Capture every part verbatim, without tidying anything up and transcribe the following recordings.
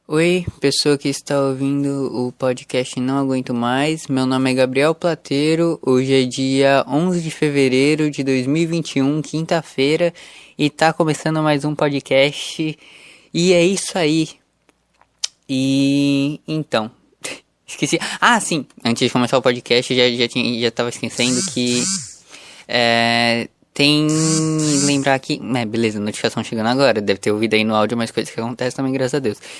Oi, pessoa que está ouvindo o podcast Não Aguento Mais. Meu nome é Gabriel Plateiro. Hoje é dia onze de fevereiro de dois mil e vinte e um, quinta-feira, e tá começando mais um podcast. E é isso aí. E então, esqueci. Ah, sim. Antes de começar o podcast, já já tinha, já tava esquecendo que é, tem lembrar aqui, é, beleza, notificação chegando agora, deve ter ouvido aí no áudio mais coisas que acontecem também, graças a Deus.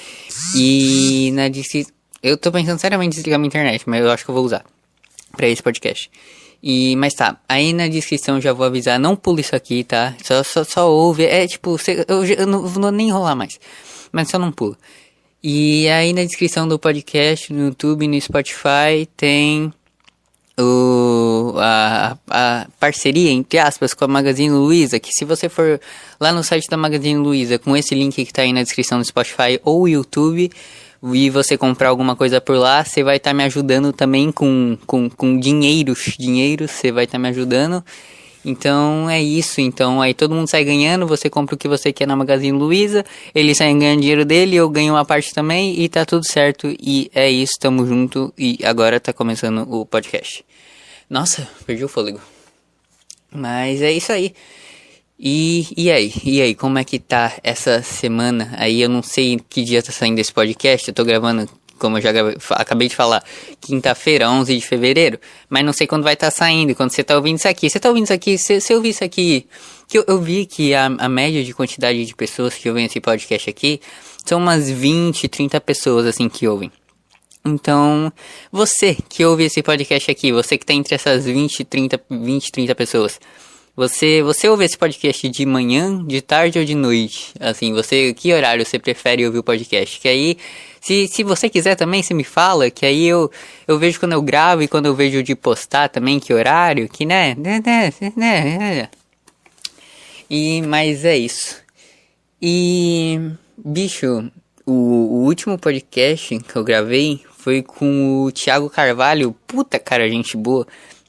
E na descrição, eu tô pensando seriamente em desligar minha internet, mas eu acho que eu vou usar pra esse podcast. E, mas tá, aí na descrição já vou avisar, não pula isso aqui, tá? Só, só, só ouve, é tipo, cê, eu, eu não vou nem enrolar mais, mas só não pula. E aí na descrição do podcast, no YouTube e no Spotify, tem o, a, a parceria, entre aspas, com a Magazine Luiza, que se você for lá no site da Magazine Luiza, com esse link que tá aí na descrição do Spotify ou YouTube, e você comprar alguma coisa por lá, você vai estar tá me ajudando também com, com, com dinheiros, dinheiros, você vai estar tá me ajudando. Então é isso, então aí todo mundo sai ganhando, você compra o que você quer na Magazine Luiza, ele sai ganhando dinheiro dele, eu ganho uma parte também e tá tudo certo, e é isso, tamo junto, e agora tá começando o podcast. Nossa, perdi o fôlego. Mas é isso aí. E, e aí? E aí, como é que tá essa semana? Aí eu não sei que dia tá saindo esse podcast, eu tô gravando, como eu já gravei, acabei de falar, quinta-feira, onze de fevereiro, mas não sei quando vai estar tá saindo, quando você tá ouvindo isso aqui. Você tá ouvindo isso aqui, se, se eu ouvir isso aqui, que eu, eu vi que a, a média de quantidade de pessoas que ouvem esse podcast aqui são umas vinte, trinta pessoas assim que ouvem. Então, você que ouve esse podcast aqui, você que tá entre essas vinte, trinta, vinte, trinta pessoas, você, você ouve esse podcast de manhã, de tarde ou de noite? Assim, você, que horário você prefere ouvir o podcast? Que aí, se, se você quiser também, você me fala, que aí eu, eu vejo quando eu gravo e quando eu vejo de postar também, que horário, que né, né, né, né. E, mas é isso. E, bicho, o, o último podcast que eu gravei foi com o Thiago Carvalho, puta cara, gente boa.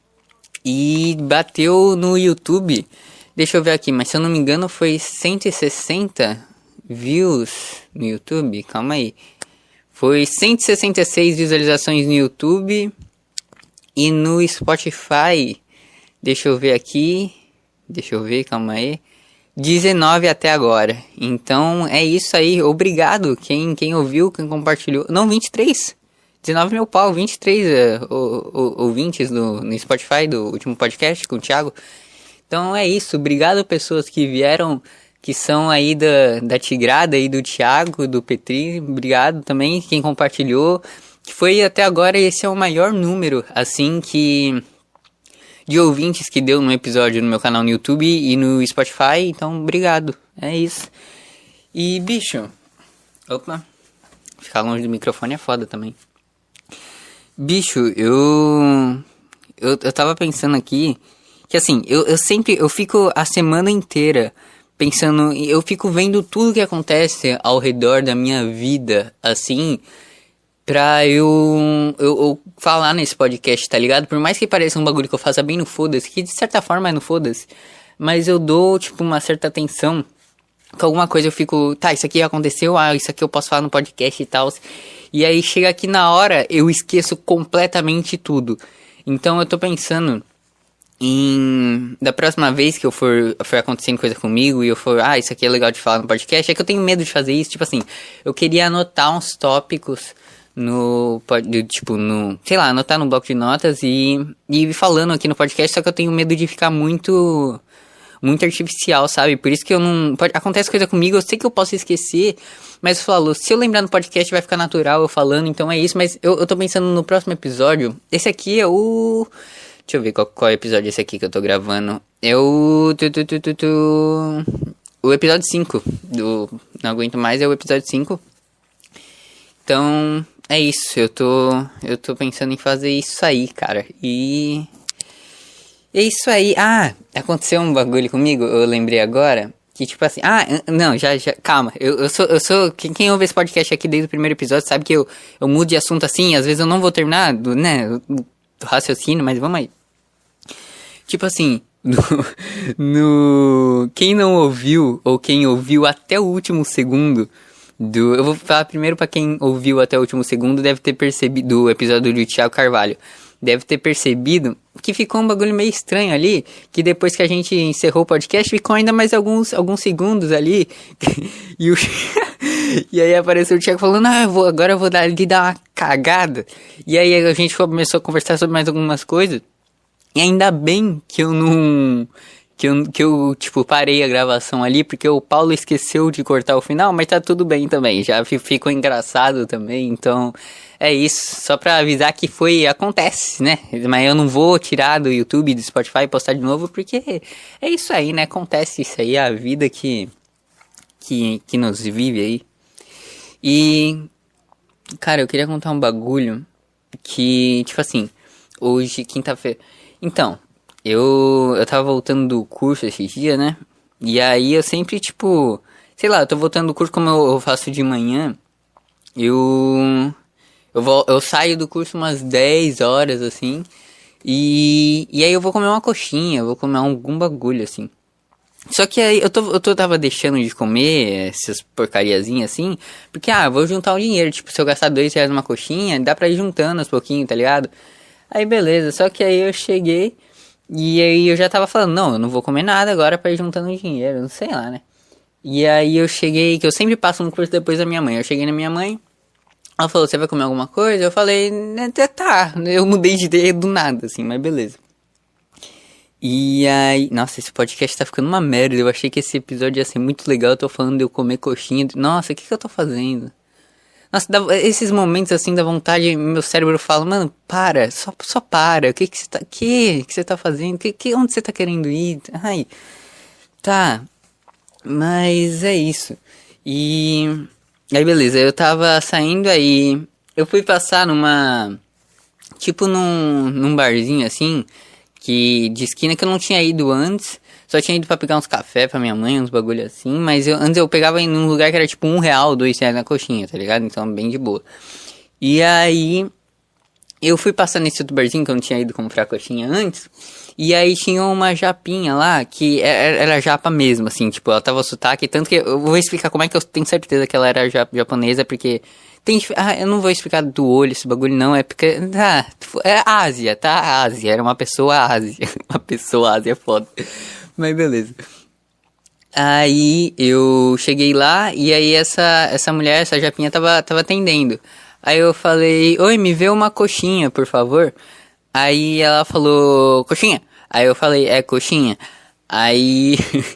E bateu no YouTube, deixa eu ver aqui, mas se eu não me engano foi cento e sessenta views no YouTube, calma aí. Foi cento e sessenta e seis visualizações no YouTube e no Spotify, deixa eu ver aqui, deixa eu ver, calma aí, dezenove até agora. Então é isso aí, obrigado quem, quem ouviu, quem compartilhou, não, vinte e três. dezenove mil pau, vinte e três uh, ouvintes no, no Spotify do último podcast com o Thiago. Então é isso, obrigado pessoas que vieram, que são aí da, da Tigrada aí do Thiago, do Petri, obrigado também quem compartilhou, que foi até agora esse é o maior número, assim, que de ouvintes que deu no episódio no meu canal no YouTube e no Spotify, então obrigado, é isso. E bicho, opa, ficar longe do microfone é foda também. Bicho, eu, eu eu tava pensando aqui que assim, eu, eu sempre, eu fico a semana inteira pensando, eu fico vendo tudo que acontece ao redor da minha vida, assim, pra eu, eu, eu falar nesse podcast, tá ligado? Por mais que pareça um bagulho que eu faça bem no foda-se, que de certa forma é no foda-se, mas eu dou, tipo, uma certa atenção, com alguma coisa eu fico, tá, isso aqui aconteceu, ah, isso aqui eu posso falar no podcast e tal. E aí chega aqui na hora, eu esqueço completamente tudo. Então eu tô pensando em, da próxima vez que eu for, for acontecendo coisa comigo e eu for, ah, isso aqui é legal de falar no podcast, é que eu tenho medo de fazer isso, tipo assim, eu queria anotar uns tópicos no, tipo, no, sei lá, anotar no bloco de notas e, e ir falando aqui no podcast, só que eu tenho medo de ficar muito... muito artificial, sabe? Por isso que eu não... Pode... Acontece coisa comigo, eu sei que eu posso esquecer, mas eu falo, se eu lembrar no podcast vai ficar natural eu falando, então é isso, mas eu, eu tô pensando no próximo episódio, esse aqui é o... Deixa eu ver qual, qual é o episódio esse aqui que eu tô gravando. É o... Tu, tu, tu, tu, tu... O episódio cinco do Não Aguento Mais é o episódio cinco. Então, é isso, eu tô... Eu tô pensando em fazer isso aí, cara, e... É isso aí. Ah, aconteceu um bagulho comigo, eu lembrei agora, que tipo assim, ah, não, já, já, calma, eu, eu sou, eu sou, quem, quem ouve esse podcast aqui desde o primeiro episódio sabe que eu, eu mudo de assunto assim, às vezes eu não vou terminar do, né, do raciocínio, mas vamos aí. Tipo assim, no, no, quem não ouviu, ou quem ouviu até o último segundo do... Eu vou falar primeiro pra quem ouviu até o último segundo, deve ter percebido, do episódio do Thiago Carvalho, deve ter percebido que ficou um bagulho meio estranho ali, que depois que a gente encerrou o podcast, ficou ainda mais alguns, alguns segundos ali, e, o... e aí apareceu o Thiago falando, ah, eu vou, agora eu vou dar, lhe dar uma cagada, e aí a gente começou a conversar sobre mais algumas coisas, e ainda bem que eu não... Que eu, que eu, tipo, parei a gravação ali, porque o Paulo esqueceu de cortar o final, mas tá tudo bem também, já ficou engraçado também, então é isso, só pra avisar que foi, acontece, né, mas eu não vou tirar do YouTube, do Spotify e postar de novo, porque é isso aí, né, acontece isso aí, é a vida que, que, que nos vive aí. E, cara, eu queria contar um bagulho que, tipo assim, hoje, quinta-feira, então... Eu, eu tava voltando do curso esses dias, né? E aí eu sempre, tipo... Sei lá, eu tô voltando do curso como eu, eu faço de manhã. Eu... Eu, vou, eu saio do curso umas dez horas, assim. E, e aí eu vou comer uma coxinha, eu vou comer algum bagulho, assim. Só que aí eu, tô, eu tô, tava deixando de comer essas porcariazinhas, assim. Porque, ah, eu vou juntar o dinheiro. Tipo, se eu gastar dois reais numa coxinha, dá pra ir juntando aos pouquinhos, tá ligado? Aí beleza, só que aí eu cheguei... E aí eu já tava falando, não, eu não vou comer nada agora pra ir juntando dinheiro, não sei lá, né? E aí eu cheguei, que eu sempre passo no curso depois da minha mãe. Eu cheguei na minha mãe, ela falou, você vai comer alguma coisa? Eu falei, tá, eu mudei de ideia do nada, assim, mas beleza. E aí, nossa, esse podcast tá ficando uma merda, eu achei que esse episódio ia ser muito legal, eu tô falando de eu comer coxinha, nossa, o que que eu tô fazendo? Nossa, dá, esses momentos assim da vontade, meu cérebro fala, mano, para, só, só para, o que que você tá, que, que você tá fazendo, que, que, onde você tá querendo ir, ai, tá, mas é isso, e aí beleza, eu tava saindo aí, eu fui passar numa, tipo num, num barzinho assim, que de esquina que eu não tinha ido antes, só tinha ido pra pegar uns café pra minha mãe, uns bagulho assim, mas eu, antes eu pegava em um lugar que era tipo um real, dois reais na coxinha, tá ligado? Então bem de boa. E aí, eu fui passar nesse outro barzinho que eu não tinha ido comprar coxinha antes, e aí tinha uma japinha lá, que era, era japa mesmo, assim, tipo, ela tava sotaque, tanto que eu vou explicar como é que eu tenho certeza que ela era japonesa, porque... Tem, ah, eu não vou explicar do olho esse bagulho não, é porque, ah, é Ásia, tá? Ásia, era uma pessoa Ásia, uma pessoa Ásia é foda. Mas beleza. Aí eu cheguei lá e aí essa, essa mulher, essa japinha tava, tava atendendo. Aí eu falei, oi, me vê uma coxinha, por favor. Aí ela falou, coxinha? Aí eu falei, é coxinha. Aí...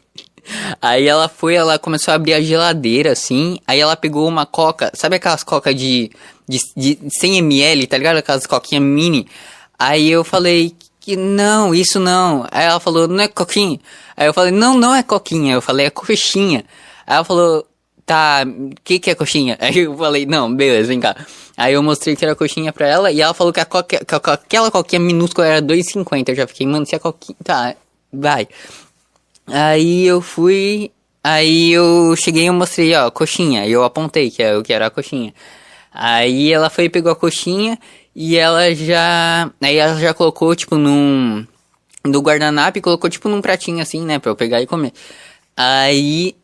Aí ela foi, ela começou a abrir a geladeira, assim. Aí ela pegou uma coca, sabe aquelas coca de, de, de cem mililitros, tá ligado? Aquelas coquinhas mini. Aí eu falei que não, isso não. Aí ela falou, não é coquinha? Aí eu falei, não, não é coquinha. Eu falei, é coxinha. Aí ela falou, tá, o que que é coxinha? Aí eu falei, não, beleza, vem cá. Aí eu mostrei que era coxinha pra ela. E ela falou que, a coca, que aquela coquinha minúscula era dois e cinquenta. Eu já fiquei, mano, se a coquinha... Tá, vai... Aí eu fui, aí eu cheguei e eu mostrei, ó, coxinha, e eu apontei que eu que era a coxinha. Aí ela foi e pegou a coxinha e ela já, aí ela já colocou tipo num, do guardanapo e colocou tipo num pratinho assim, né, pra eu pegar e comer. Aí,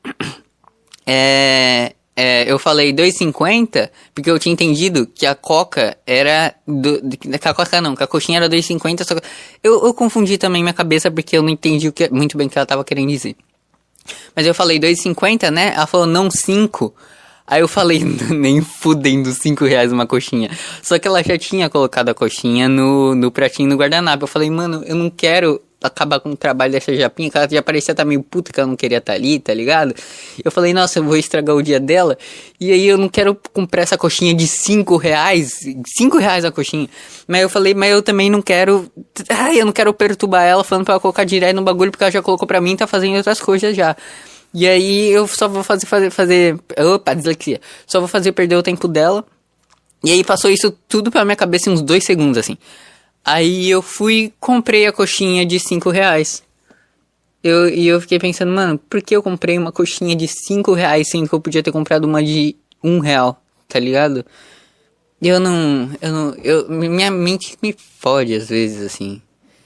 é... É, eu falei dois e cinquenta porque eu tinha entendido que a coca era... Do, que a coca não, que a coxinha era dois e cinquenta, só que eu, eu confundi também minha cabeça porque eu não entendi o que, muito bem o que ela tava querendo dizer. Mas eu falei dois e cinquenta, né? Ela falou não, cinco. Aí eu falei, nem fudendo cinco reais uma coxinha. Só que ela já tinha colocado a coxinha no, no pratinho no guardanapo. Eu falei, mano, eu não quero... acabar com o trabalho dessa japinha, que ela já parecia estar meio puta que ela não queria estar ali, tá ligado? Eu falei, nossa, eu vou estragar o dia dela, e aí eu não quero comprar essa coxinha de cinco reais, cinco reais a coxinha, mas eu falei, mas eu também não quero, ai, eu não quero perturbar ela falando pra ela colocar direto no bagulho, porque ela já colocou pra mim e tá fazendo outras coisas já. E aí eu só vou fazer, fazer, fazer, opa, dislexia, só vou fazer perder o tempo dela, e aí passou isso tudo pela minha cabeça em uns dois segundos, assim. Aí eu fui, comprei a coxinha de cinco reais. Eu, e eu fiquei pensando, mano, por que eu comprei uma coxinha de cinco reais, sendo que eu podia ter comprado uma de um real, tá ligado? Eu não, eu não, eu, minha mente me fode às vezes, assim.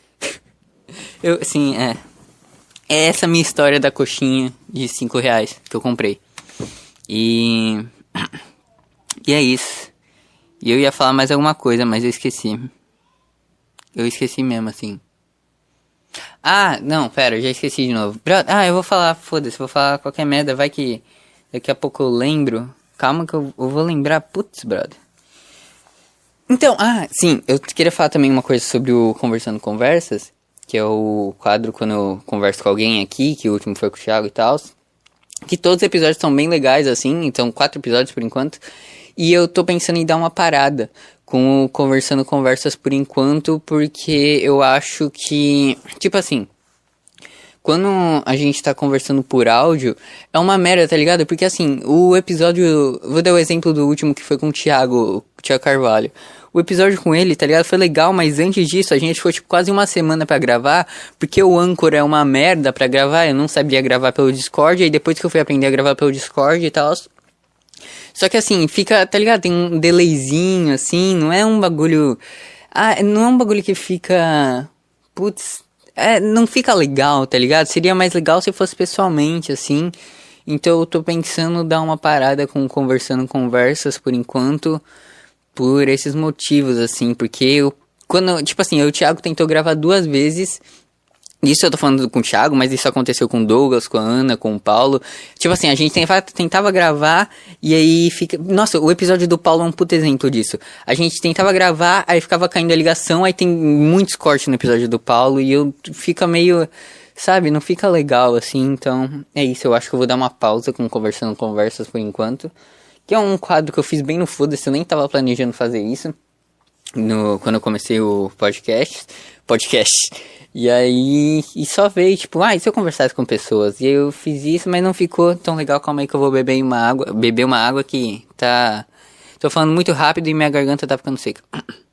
Eu, assim, é. É essa minha história da coxinha de cinco reais que eu comprei. E... E é isso. E eu ia falar mais alguma coisa, mas eu esqueci. Eu esqueci mesmo, assim. Ah, não, pera, eu já esqueci de novo. Ah, eu vou falar, foda-se, vou falar qualquer merda, vai que daqui a pouco eu lembro. Calma que eu, eu vou lembrar, putz, brother. Então, ah, sim, eu queria falar também uma coisa sobre o Conversando Conversas, que é o quadro quando eu converso com alguém aqui, que o último foi com o Thiago e tal. Que todos os episódios são bem legais, assim, então quatro episódios por enquanto. E eu tô pensando em dar uma parada com o Conversando Conversas por enquanto, porque eu acho que, tipo assim, quando a gente tá conversando por áudio, é uma merda, tá ligado? Porque assim, o episódio, vou dar o exemplo do último que foi com o Thiago, o Thiago Carvalho. O episódio com ele, tá ligado? Foi legal, mas antes disso a gente ficou tipo quase uma semana pra gravar, porque o Anchor é uma merda pra gravar, eu não sabia gravar pelo Discord, e aí depois que eu fui aprender a gravar pelo Discord e tal. Só que assim, fica, tá ligado? Tem um delayzinho, assim, não é um bagulho... Ah, não é um bagulho que fica... Putz, é, não fica legal, tá ligado? Seria mais legal se fosse pessoalmente, assim. Então eu tô pensando dar uma parada com Conversando Conversas por enquanto, por esses motivos, assim, porque eu... Quando, tipo assim, eu, o Thiago tentou gravar duas vezes... Isso eu tô falando com o Thiago, mas isso aconteceu com o Douglas, com a Ana, com o Paulo. Tipo assim, a gente tentava, tentava gravar e aí fica... Nossa, o episódio do Paulo é um puto exemplo disso. A gente tentava gravar, aí ficava caindo a ligação, aí tem muitos cortes no episódio do Paulo e eu fica meio... Sabe, não fica legal assim, então... É isso, eu acho que eu vou dar uma pausa com Conversando Conversas por enquanto. Que é um quadro que eu fiz bem no foda-se, eu nem tava planejando fazer isso. No, quando eu comecei o podcast. Podcast... E aí, e só veio, tipo, ah, e se eu conversasse com pessoas? E eu fiz isso, mas não ficou tão legal, calma aí que eu vou beber uma água, beber uma água que tá... Tô falando muito rápido e minha garganta tá ficando seca.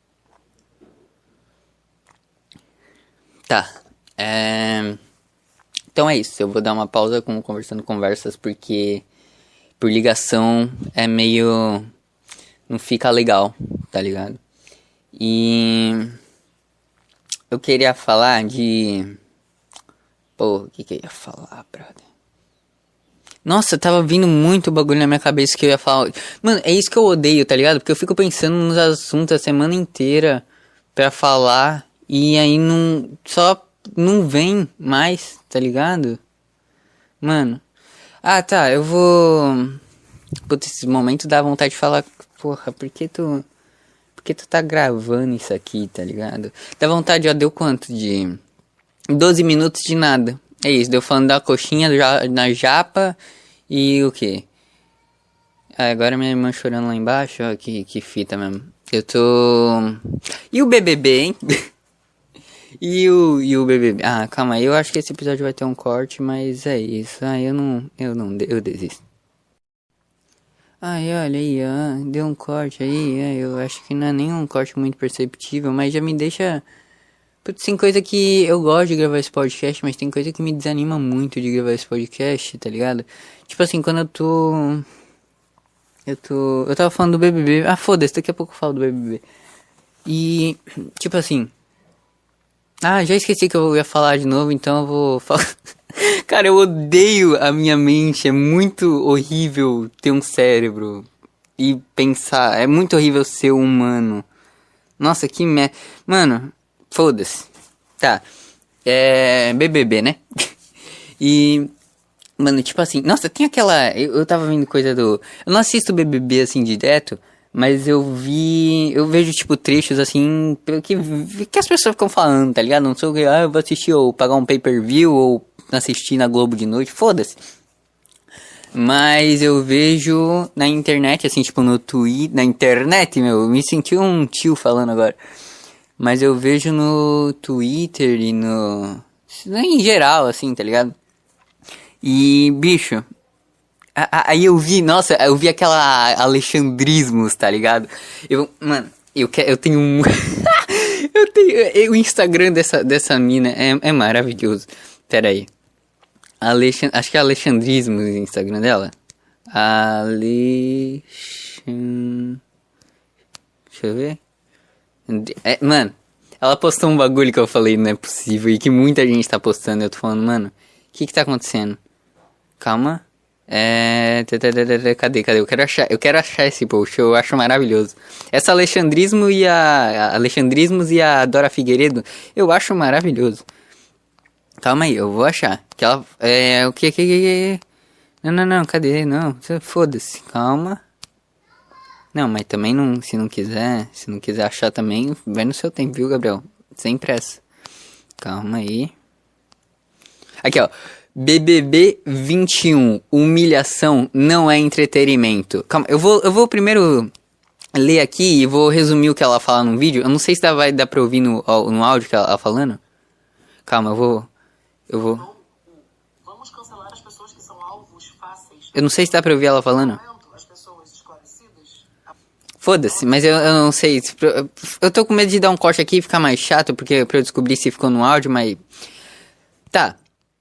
Tá, é... Então é isso, eu vou dar uma pausa com Conversando Conversas, porque por ligação é meio... Não fica legal, tá ligado? E... Eu queria falar de... Pô, o que que eu ia falar, brother? Nossa, tava vindo muito bagulho na minha cabeça que eu ia falar. Mano, é isso que eu odeio, tá ligado? Porque eu fico pensando nos assuntos a semana inteira pra falar e aí não... Só não vem mais, tá ligado? Mano. Ah, tá, eu vou... Putz, esse momento dá vontade de falar... Porra, por que tu... Por que tu tá gravando isso aqui, tá ligado? Dá vontade, ó, deu quanto de... doze minutos de nada. É isso, deu falando da coxinha na japa e o quê? Ah, agora minha irmã chorando lá embaixo, ó, que, que fita mesmo. Eu tô... E o B B B, hein? e, o, e o B B B? Ah, calma aí, eu acho que esse episódio vai ter um corte, mas é isso. Ah, eu não... Eu não... Eu desisto. Ai, olha aí, ó, deu um corte aí, é, eu acho que não é nenhum corte muito perceptível, mas já me deixa... Putz, tem coisa que eu gosto de gravar esse podcast, mas tem coisa que me desanima muito de gravar esse podcast, tá ligado? Tipo assim, quando eu tô... Eu tô... Eu tava falando do B B B... Ah, foda-se, daqui a pouco eu falo do B B B. E, tipo assim... Ah, já esqueci que eu ia falar de novo, então eu vou falar... Cara, eu odeio a minha mente, é muito horrível ter um cérebro e pensar, é muito horrível ser humano. Nossa, que merda. Mano, foda-se. Tá, é... B B B, né? E... Mano, tipo assim, nossa, tem aquela... Eu, eu tava vendo coisa do... Eu não assisto B B B assim direto, mas eu vi... Eu vejo, tipo, trechos assim... Que, que as pessoas ficam falando, tá ligado? Não sei o que... Ah, eu vou assistir ou pagar um pay-per-view ou... assistir na Globo de noite, foda-se. Mas eu vejo na internet, assim, tipo no Twitter, na internet, meu, eu me senti um tio falando agora. Mas eu vejo no Twitter e no... em geral, assim, tá ligado? E, bicho... Aí eu vi, nossa, eu vi aquela Alexandrismos, tá ligado? Eu, mano, eu, que, eu tenho um... eu tenho... O Instagram dessa, dessa mina é, é maravilhoso. Pera aí. Alexand... Acho que é Alexandrismos o Instagram dela. Alexand... Deixa eu ver. É, mano, ela postou um bagulho que eu falei não é possível e que muita gente tá postando. Eu tô falando, mano, o que que tá acontecendo? Calma. É... Cadê, cadê? Eu quero achar, eu quero achar esse post, eu acho maravilhoso. Essa Alexandrismo e a... Alexandrismos e a Dora Figueiredo, eu acho maravilhoso. Calma aí, eu vou achar. Que ela... É... O que, que, que... Não, não, não, cadê? Não, foda-se, calma. Não, mas também não... Se não quiser... Se não quiser achar também, vai no seu tempo, viu, Gabriel? Sem pressa. Calma aí. Aqui, ó. B B B vinte e um, humilhação não é entretenimento. Calma, eu vou, eu vou primeiro ler aqui e vou resumir o que ela fala no vídeo. Eu não sei se dá, vai dar pra ouvir no, no áudio que ela tá falando. Calma, eu vou... Eu vou... Vamos cancelar as pessoas que são alvos fáceis. Eu não sei se dá pra ouvir ela falando. As pessoas esclarecidas. Foda-se, mas eu, eu não sei. Eu tô com medo de dar um corte aqui e ficar mais chato, porque pra eu descobrir se ficou no áudio, mas... Tá.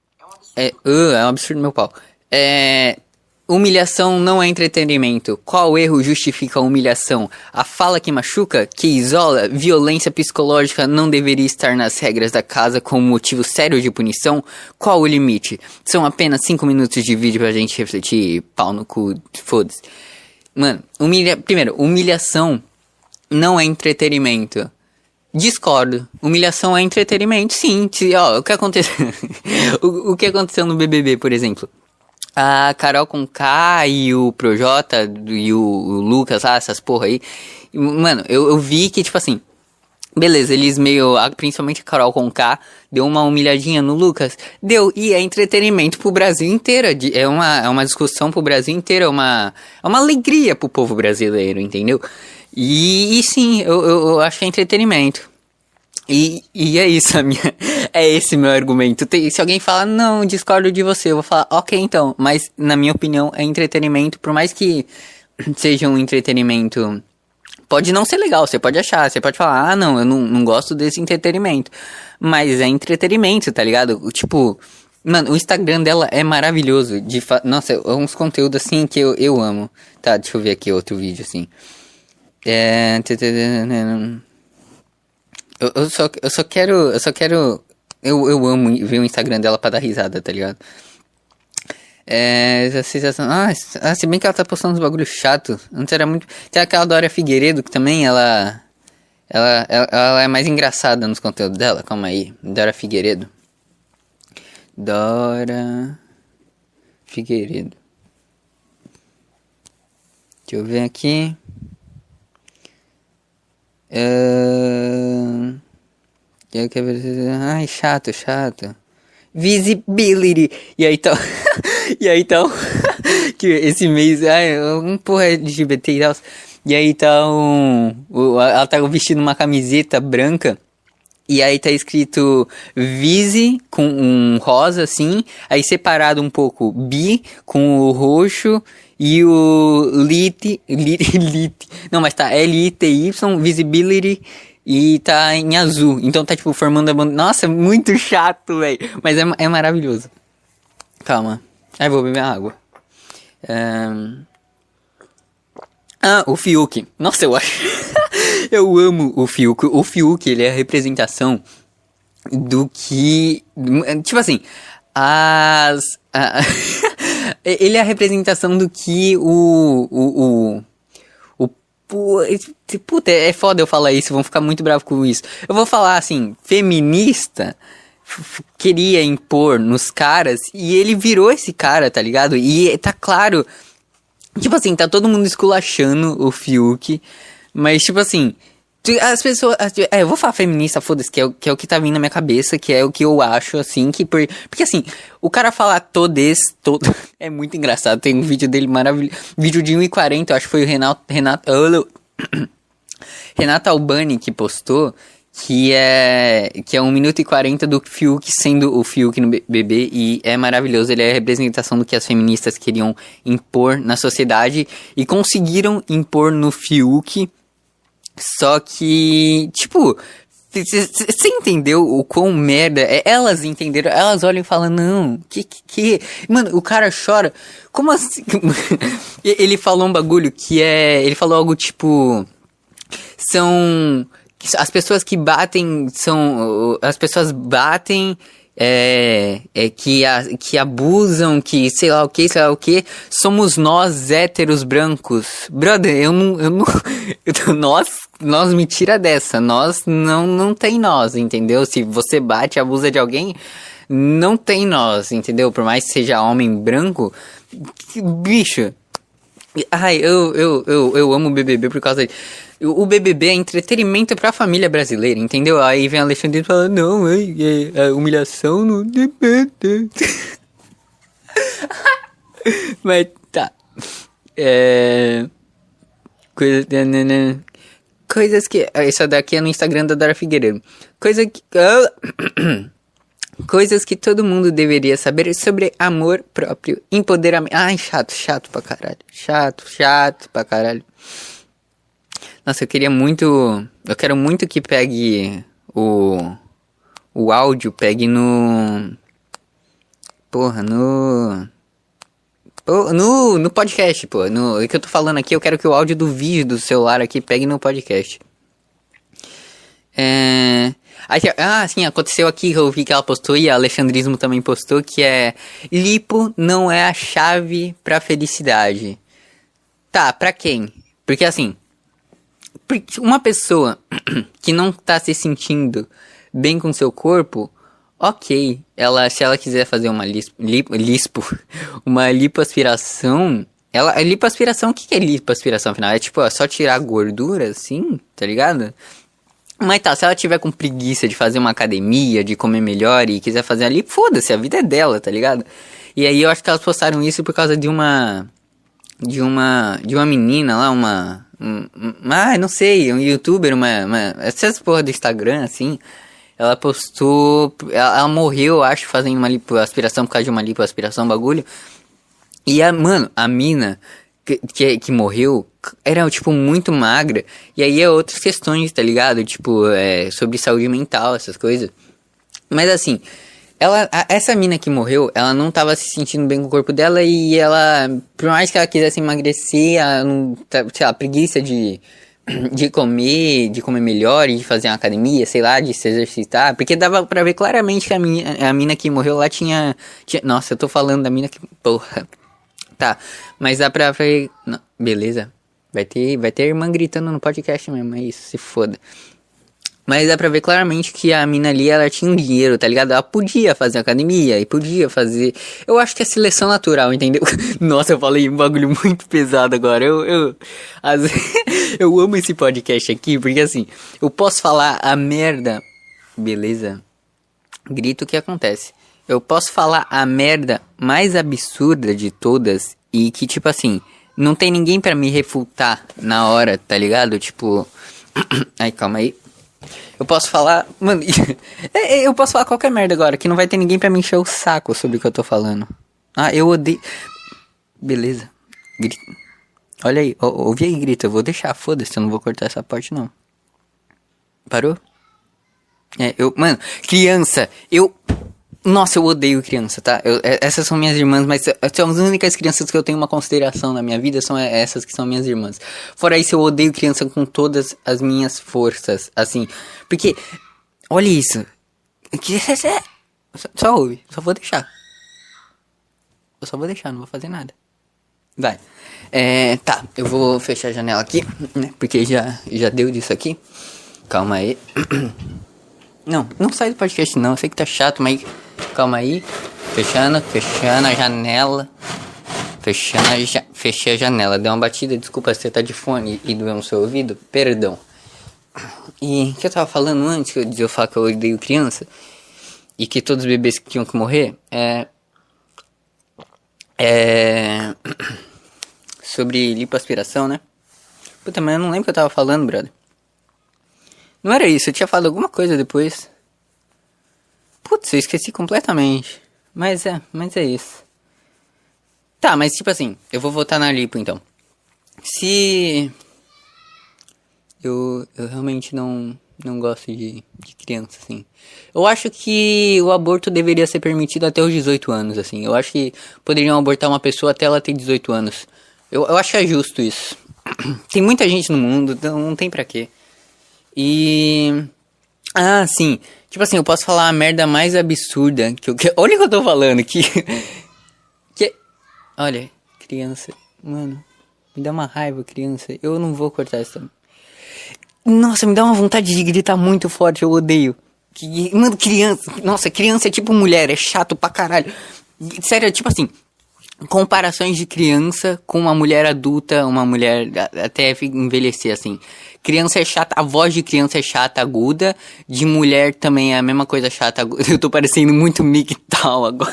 É, uh, é um absurdo meu pau. É, humilhação não é entretenimento. Qual erro justifica a humilhação? A fala que machuca, que isola, violência psicológica não deveria estar nas regras da casa como motivo sério de punição? Qual o limite? São apenas cinco minutos de vídeo pra gente refletir, pau no cu, foda-se. Mano, humilha... primeiro, humilhação não é entretenimento. Discordo. Humilhação é entretenimento, sim. Ó, o que aconteceu... o, o que aconteceu no B B B, por exemplo? A Carol Conká e o Projota e o, o Lucas, ah, essas porra aí. Mano, eu, eu vi que, tipo assim... Beleza, eles meio... Principalmente a Carol Conká deu uma humilhadinha no Lucas. Deu, e é entretenimento pro Brasil inteiro. É uma, é uma discussão pro Brasil inteiro. É uma, é uma alegria pro povo brasileiro, entendeu? E, e sim, eu, eu, eu acho que é entretenimento. E, e é isso, a minha, é esse meu argumento. Tem, se alguém falar, não, discordo de você, eu vou falar, ok então. Mas, na minha opinião, é entretenimento. Por mais que seja um entretenimento... Pode não ser legal, você pode achar, você pode falar, ah não, eu não, não gosto desse entretenimento. Mas é entretenimento, tá ligado? Tipo... Mano, o Instagram dela é maravilhoso. De fa... Nossa, é uns conteúdos assim que eu, eu amo. Tá, deixa eu ver aqui outro vídeo assim. É... Eu, eu, só, eu só quero... Eu só quero... Eu, eu amo ver o Instagram dela pra dar risada, tá ligado? É... Ah, se bem que ela tá postando uns bagulho chato. Antes era muito... Tem aquela Dora Figueiredo que também ela... Ela, ela... ela é mais engraçada nos conteúdos dela. Calma aí. Dora Figueiredo. Dora... Figueiredo. Deixa eu ver aqui... Uh... Eu quero ver... Ai, chato, chato. Visibility. E aí então... e aí então... que esse mês... Ai, um porra L G B T e tal. E aí então... Ela tá vestindo uma camiseta branca. E aí tá escrito Vise com um rosa assim. Aí separado um pouco Bi com o roxo. E o Lit, lit, lit, não, mas tá L I T Y, Visibility, e tá em azul. Então tá, tipo, formando a banda. Nossa, muito chato, velho. Mas é, é maravilhoso. Calma. Aí vou beber água. Um... Ah, o Fiuk. Nossa, eu acho... eu amo o Fiuk. O Fiuk, ele é a representação do que... Tipo assim, as... A... ele é a representação do que o... o, o Puta, é foda eu falar isso, vão ficar muito bravos com isso. Eu vou falar assim, feminista f- queria impor nos caras e ele virou esse cara, tá ligado? E tá claro, tipo assim, tá todo mundo esculachando o Fiuk, mas tipo assim, as pessoas... É, eu vou falar feminista, foda-se, que é, que é o que tá vindo na minha cabeça, que é o que eu acho, assim, que... Por, porque assim, o cara falar todes, todo... é muito engraçado, tem um vídeo dele maravilhoso, vídeo de um e quarenta, eu acho que foi o Renato... Renato... Renato Albani que postou, que é... que é um minuto e quarenta do Fiuk sendo o Fiuk no B B B, e é maravilhoso, ele é a representação do que as feministas queriam impor na sociedade, e conseguiram impor no Fiuk. Só que, tipo, você entendeu o quão merda é? Elas entenderam, elas olham e falam, não, que, que, que... Mano, o cara chora, como assim? Ele falou um bagulho que é, ele falou algo tipo, são, as pessoas que batem, são, as pessoas batem, é, é que, a, que abusam, que sei lá o que, sei lá o que, somos nós héteros brancos. Brother, eu não, eu não, eu, nós, nós me tira dessa, nós não, não tem nós, entendeu? Se você bate, abusa de alguém, não tem nós, entendeu? Por mais que seja homem branco, bicho, ai, eu, eu, eu, eu amo o B B B por causa de... O B B B é entretenimento pra família brasileira, entendeu? Aí vem Alexandre e fala, não, é, é, a humilhação não depende. Mas tá. É... Coisa... Coisas que... Isso daqui é no Instagram da Dora Figueiredo. Coisa que... Coisas que todo mundo deveria saber sobre amor próprio, empoderamento... Ai, chato, chato pra caralho. Chato, chato pra caralho. Nossa, eu queria muito... Eu quero muito que pegue o... O áudio, pegue no... Porra, no... No, no podcast, pô. No, o que eu tô falando aqui, eu quero que o áudio do vídeo do celular aqui pegue no podcast. É... Ah, sim, aconteceu aqui, eu vi que ela postou e a Alexandrismo também postou, que é... Lipo não é a chave pra felicidade. Tá, pra quem? Porque assim... Uma pessoa que não tá se sentindo bem com seu corpo, ok, ela, se ela quiser fazer uma lispo, lip, lispo uma lipoaspiração, ela, a lipoaspiração, o que, que é lipoaspiração afinal? É tipo, é só tirar gordura, assim, tá ligado? Mas tá, se ela tiver com preguiça de fazer uma academia, de comer melhor e quiser fazer ali, foda-se, a vida é dela, tá ligado? E aí eu acho que elas postaram isso por causa de uma, de uma, de uma menina lá, uma... Um, um, ah, não sei, um youtuber, uma, uma... Essas porra do Instagram, assim... Ela postou... Ela, ela morreu, eu acho, fazendo uma lipoaspiração por causa de uma lipoaspiração, bagulho. E, a, mano, a mina que, que, que morreu era, tipo, muito magra. E aí é outras questões, tá ligado? Tipo, é, sobre saúde mental, essas coisas. Mas, assim... Ela, a, essa mina que morreu, ela não tava se sentindo bem com o corpo dela e ela, por mais que ela quisesse emagrecer, ela não, sei lá, preguiça de, de comer, de comer melhor, de fazer uma academia, sei lá, de se exercitar, porque dava pra ver claramente que a mina, a mina que morreu lá tinha, tinha, nossa, eu tô falando da mina que, porra, tá, mas dá pra, pra não, beleza, vai ter, vai ter irmã gritando no podcast mesmo, é isso, se foda. Mas dá pra ver claramente que a mina ali, ela tinha um dinheiro, tá ligado? Ela podia fazer academia e podia fazer... Eu acho que é seleção natural, entendeu? Nossa, eu falei um bagulho muito pesado agora. Eu, eu, as... eu amo esse podcast aqui, porque assim, eu posso falar a merda... Beleza? Grito o que acontece. Eu posso falar a merda mais absurda de todas e que, tipo assim, não tem ninguém pra me refutar na hora, tá ligado? Tipo... Ai, calma aí. Eu posso falar... Mano, eu posso falar qualquer merda agora, que não vai ter ninguém pra me encher o saco sobre o que eu tô falando. Ah, eu odeio... Beleza. Grita. Olha aí, ou, ouvi aí, grita. Eu vou deixar, foda-se, eu não vou cortar essa parte, não. Parou? É, eu... Mano, criança, eu... Nossa, eu odeio criança, tá? Eu, essas são minhas irmãs, mas são as únicas crianças que eu tenho uma consideração na minha vida, são essas que são minhas irmãs. Fora isso, eu odeio criança com todas as minhas forças, assim. Porque, olha isso. Só, só ouve, só vou deixar. Eu só vou deixar, não vou fazer nada. Vai. É, tá, eu vou fechar a janela aqui, né? Porque já, já deu disso aqui. Calma aí. Não, não sai do podcast não, eu sei que tá chato, mas... Calma aí, fechando, fechando a janela, fechando a ja... fechei a janela, deu uma batida, desculpa se você tá de fone e doeu no seu ouvido, perdão. E o que eu tava falando antes, que eu dizia eu falar que eu odeio criança, e que todos os bebês que tinham que morrer, é... É... Sobre lipoaspiração, né? Puta, mas eu não lembro o que eu tava falando, brother. Não era isso, eu tinha falado alguma coisa depois. Putz, eu esqueci completamente. Mas é, mas é isso. Tá, mas tipo assim, eu vou voltar na lipo então. Se... Eu, eu realmente não, não gosto de, de criança, assim. Eu acho que o aborto deveria ser permitido até os dezoito anos, assim. Eu acho que poderiam abortar uma pessoa até ela ter dezoito anos. Eu, eu acho que é justo isso. Tem muita gente no mundo, então não tem pra quê. E... Ah, sim. Tipo assim, eu posso falar a merda mais absurda que eu... Que, olha o que eu tô falando, que... que... Olha, criança... Mano, me dá uma raiva, criança. Eu não vou cortar isso também. Nossa, me dá uma vontade de gritar muito forte, eu odeio. Que, mano, criança... Nossa, criança é tipo mulher, é chato pra caralho. Sério, tipo assim... Comparações de criança com uma mulher adulta, uma mulher até envelhecer, assim. Criança é chata, a voz de criança é chata, aguda. De mulher também é a mesma coisa chata, aguda. Eu tô parecendo muito migtal agora.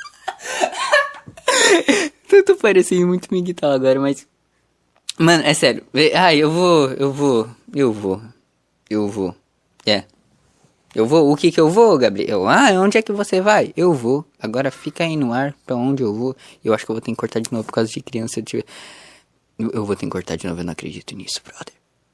Eu tô parecendo muito migtal agora, mas... Mano, é sério. Ah, eu vou, eu vou, eu vou, eu vou. É. Yeah. Eu vou, o que que eu vou, Gabriel? Ah, onde é que você vai? Eu vou. Agora fica aí no ar pra onde eu vou. Eu acho que eu vou ter que cortar de novo por causa de criança. Eu, eu, eu vou ter que cortar de novo, eu não acredito nisso, brother.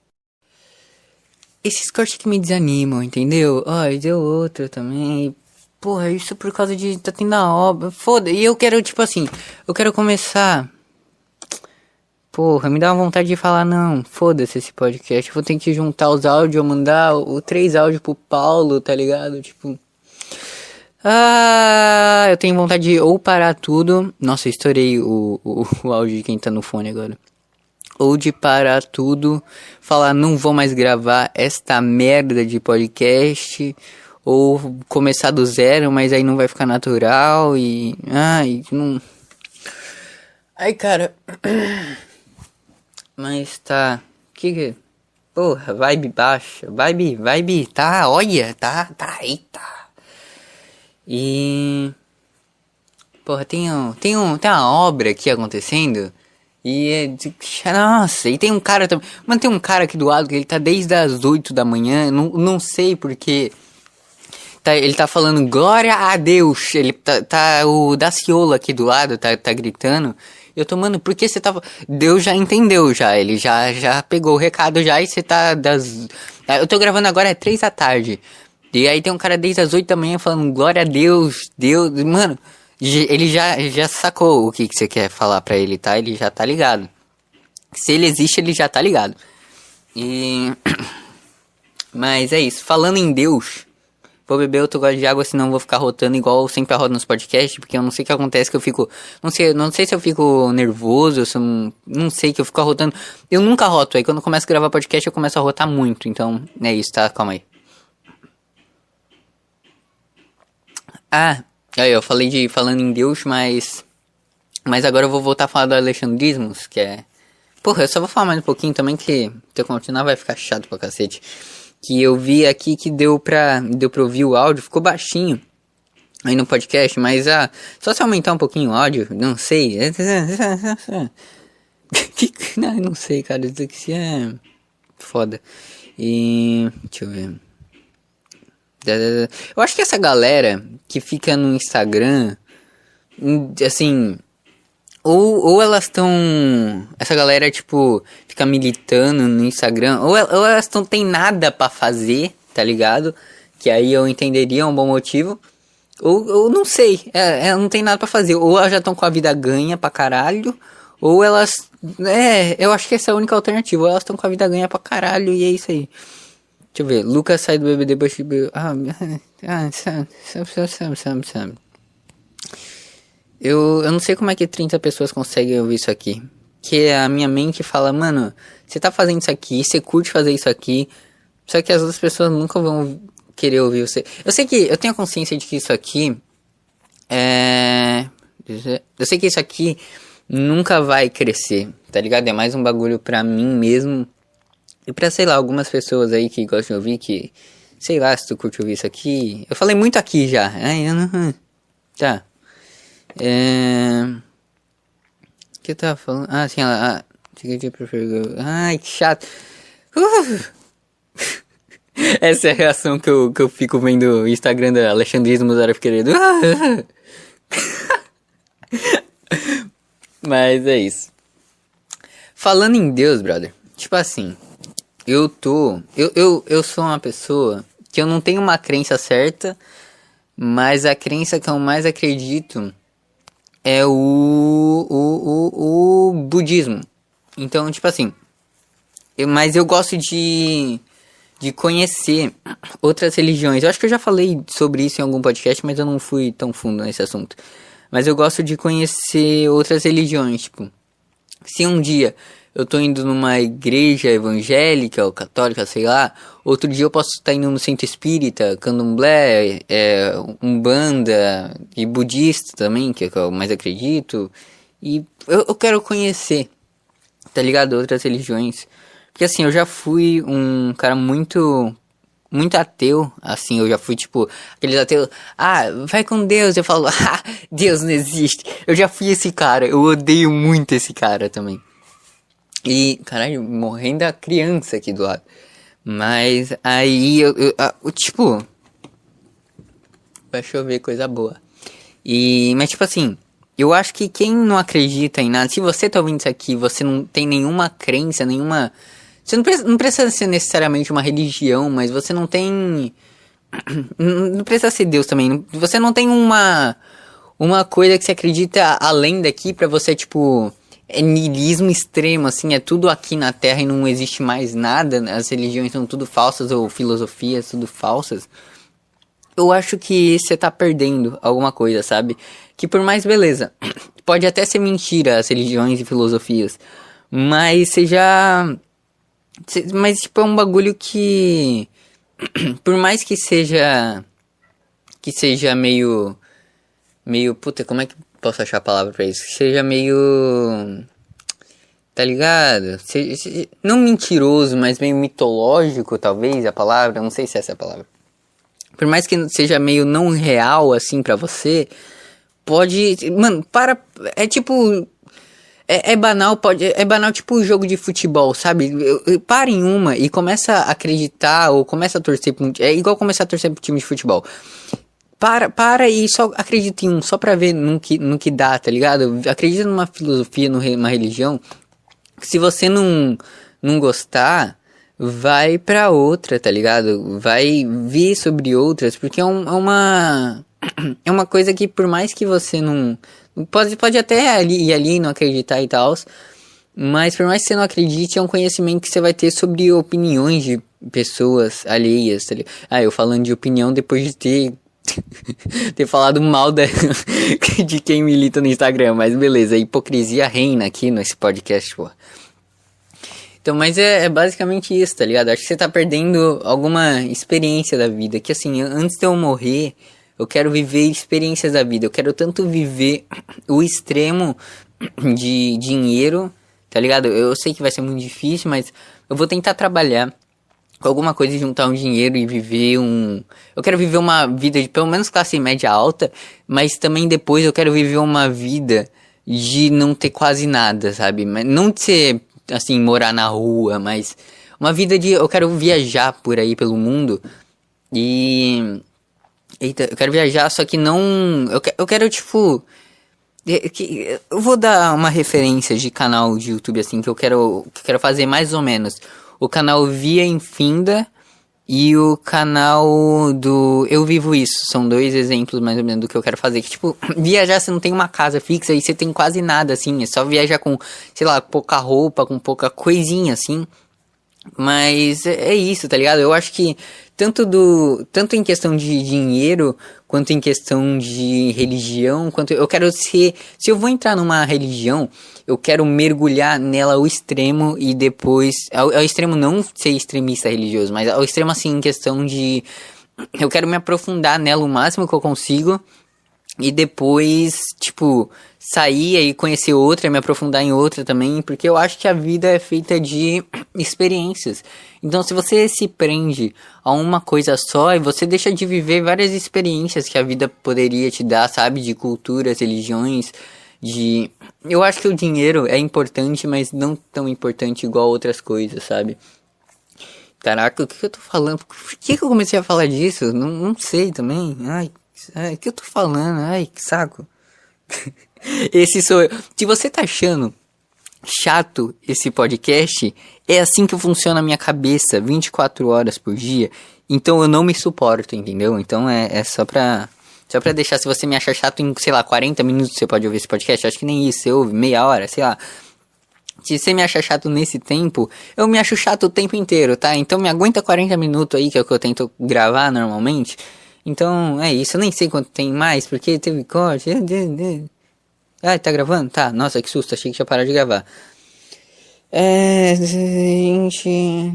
Esses cortes que me desanimam, entendeu? Ó, oh, deu outro também. Porra, isso por causa de... Tá tendo a obra. Foda, e eu quero, tipo assim... Eu quero começar... Porra, me dá uma vontade de falar, não, foda-se esse podcast, eu vou ter que juntar os áudios, mandar o três áudios pro Paulo, tá ligado? Tipo... Ah, eu tenho vontade de ou parar tudo... Nossa, eu estourei o, o, o áudio de quem tá no fone agora. Ou de parar tudo, falar, não vou mais gravar esta merda de podcast... Ou começar do zero, mas aí não vai ficar natural e... Ai, não... Ai, cara... Mas tá... Que que... Porra, vibe baixa. Vibe, vibe... Tá, olha, tá, tá, eita. E... Porra, tem um... Tem, um, tem uma obra aqui acontecendo. E é... Nossa, e tem um cara também... Mano, tem um cara aqui do lado que ele tá desde as oito da manhã. Não, não sei porque... Tá, ele tá falando glória a Deus. Ele tá, tá o Daciolo aqui do lado, tá, tá gritando. Eu tô, mano, por que você tava... Deus já entendeu já, ele já, já pegou o recado já e você tá das... Eu tô gravando agora, é três da tarde. E aí tem um cara desde as oito da manhã falando glória a Deus, Deus... Mano, ele já, já sacou o que, que você quer falar pra ele, tá? Ele já tá ligado. Se ele existe, ele já tá ligado. E... Mas é isso, falando em Deus... Vou beber outro gole de água, senão vou ficar rotando igual eu sempre rodo nos podcasts, porque eu não sei o que acontece, que eu fico... Não sei, não sei se eu fico nervoso, se eu não, não sei, que eu fico arrotando. Eu nunca roto, aí quando eu começo a gravar podcast eu começo a rotar muito, então é isso, tá? Calma aí. Ah, aí eu falei de falando em Deus, mas... Mas agora eu vou voltar a falar do alexandrismos, que é... Porra, eu só vou falar mais um pouquinho também, que se eu continuar vai ficar chato pra cacete. Que eu vi aqui que deu pra, deu pra ouvir o áudio, ficou baixinho aí no podcast, mas ah, só se aumentar um pouquinho o áudio, não sei. não, não sei, cara, isso aqui é foda. E deixa eu ver. Eu acho que essa galera que fica no Instagram, assim... Ou, ou elas estão... Essa galera, tipo, fica militando no Instagram. Ou, ou elas não tem nada pra fazer, tá ligado? Que aí eu entenderia um bom motivo. Ou, ou não sei, é, é, não tem nada pra fazer. Ou elas já estão com a vida ganha pra caralho. Ou elas... É, eu acho que essa é a única alternativa. Ou elas estão com a vida ganha pra caralho e é isso aí. Deixa eu ver. Lucas sai do B B D... Ah, sabe, sabe, sabe, sabe, sabe. Eu, eu não sei como é que trinta pessoas conseguem ouvir isso aqui. Que a minha mente fala, mano, você tá fazendo isso aqui, você curte fazer isso aqui. Só que as outras pessoas nunca vão querer ouvir você. Eu sei que, eu tenho a consciência de que isso aqui é... Eu sei que isso aqui nunca vai crescer, tá ligado? É mais um bagulho pra mim mesmo. E pra, sei lá, algumas pessoas aí que gostam de ouvir, que... Sei lá, se tu curte ouvir isso aqui... Eu falei muito aqui já. Ai, eu não... Tá. É... O que eu tava falando? Ah, sim, ela... Ah, ai, que chato. Uh! Essa é a reação que eu, que eu fico vendo o Instagram da Alexandrismo Árabe querido. Mas é isso. Falando em Deus, brother. Tipo assim, eu tô... Eu, eu, eu sou uma pessoa que eu não tenho uma crença certa, mas a crença que eu mais acredito é o, o, o, o budismo. Então, tipo assim... Eu, mas eu gosto de... de conhecer outras religiões. Eu acho que eu já falei sobre isso em algum podcast, mas eu não fui tão fundo nesse assunto. Mas eu gosto de conhecer outras religiões, tipo, se um dia eu tô indo numa igreja evangélica ou católica, sei lá, outro dia eu posso estar indo no centro espírita, candomblé, é, umbanda e budista também, que é o que eu mais acredito. E eu, eu quero conhecer, tá ligado? Outras religiões. Porque assim, eu já fui um cara muito, muito ateu, assim, eu já fui tipo, aqueles ateus, ah, vai com Deus, eu falo, ah, Deus não existe. Eu já fui esse cara, eu odeio muito esse cara também. E, caralho, morrendo a criança aqui do lado. Mas aí, eu, eu, eu tipo, vai chover coisa boa. E, mas tipo assim, eu acho que quem não acredita em nada, se você tá ouvindo isso aqui, você não tem nenhuma crença, nenhuma... Você não precisa, não precisa ser necessariamente uma religião, mas você não tem... Não precisa ser Deus também. Você não tem uma... Uma coisa que você acredita além daqui pra você, tipo... É niilismo extremo, assim, é tudo aqui na Terra e não existe mais nada, as religiões são tudo falsas, ou filosofias tudo falsas. Eu acho que você tá perdendo alguma coisa, sabe? Que por mais beleza, pode até ser mentira as religiões e filosofias, mas você já... Mas, tipo, é um bagulho que... Por mais que seja... Que seja meio... Meio... Puta, como é que posso achar a palavra pra isso? Que seja meio... Tá ligado? Se, se, não mentiroso, mas meio mitológico, talvez, a palavra. Não sei se essa é a palavra. Por mais que seja meio não real, assim, pra você... Pode... Mano, para... É tipo... É, é banal, pode... É banal tipo o jogo de futebol, sabe? Eu, eu, para em uma e começa a acreditar ou começa a torcer pra um... É igual começar a torcer pro time de futebol. Para, para e só acredita em um, só pra ver no que, no que dá, tá ligado? Acredita numa filosofia, numa religião, que se você não, não gostar, vai pra outra, tá ligado? Vai ver sobre outras, porque é, um, é uma... É uma coisa que por mais que você não... Pode, pode até ali, ir ali e não acreditar e tal, mas por mais que você não acredite, é um conhecimento que você vai ter sobre opiniões de pessoas alheias, tá ligado? Ah, eu falando de opinião depois de ter... ter falado mal da, de quem milita no Instagram, mas beleza, a hipocrisia reina aqui nesse podcast, pô. Então, mas é, é basicamente isso, tá ligado? Acho que você tá perdendo alguma experiência da vida, que assim, antes de eu morrer, eu quero viver experiências da vida, eu quero tanto viver o extremo de dinheiro, tá ligado? Eu sei que vai ser muito difícil, mas eu vou tentar trabalhar alguma coisa, juntar um dinheiro e viver um... Eu quero viver uma vida de pelo menos classe média alta, mas também depois eu quero viver uma vida de não ter quase nada, sabe? Não de ser, assim, morar na rua, mas uma vida de... Eu quero viajar por aí pelo mundo e... Eita, eu quero viajar, só que não... Eu quero, eu quero tipo... Eu vou dar uma referência de canal de YouTube, assim, que eu quero, que eu quero fazer mais ou menos... O canal Via Infinda e o canal do Eu Vivo Isso. São dois exemplos mais ou menos do que eu quero fazer. Que, tipo, viajar você não tem uma casa fixa e você tem quase nada, assim. É só viajar com, sei lá, pouca roupa, com pouca coisinha, assim. Mas é isso, tá ligado? Eu acho que tanto, do, tanto em questão de dinheiro, quanto em questão de religião, quanto eu quero ser... Se eu vou entrar numa religião, eu quero mergulhar nela ao extremo e depois... Ao, ao extremo não ser extremista religioso, mas ao extremo assim em questão de... Eu quero me aprofundar nela o máximo que eu consigo e depois, tipo, sair e conhecer outra, me aprofundar em outra também, porque eu acho que a vida é feita de experiências. Então, se você se prende a uma coisa só, e você deixa de viver várias experiências que a vida poderia te dar, sabe? De culturas, religiões, de... Eu acho que o dinheiro é importante, mas não tão importante igual outras coisas, sabe? Caraca, o que eu tô falando? Por que eu comecei a falar disso? Não, não sei também. Ai, ai, o que eu tô falando? Ai, que saco. Esse sou eu. Se você tá achando chato esse podcast, é assim que funciona a minha cabeça, vinte e quatro horas por dia. Então eu não me suporto, entendeu? Então é, é só pra... Só pra deixar, se você me achar chato em, sei lá, quarenta minutos você pode ouvir esse podcast. Acho que nem isso, você ouve meia hora, sei lá. Se você me acha chato nesse tempo, eu me acho chato o tempo inteiro, tá? Então me aguenta quarenta minutos aí, que é o que eu tento gravar normalmente. Então é isso, eu nem sei quanto tem mais, porque teve corte. Ah, tá gravando? Tá, nossa, que susto, achei que tinha parado de gravar. É... vinte...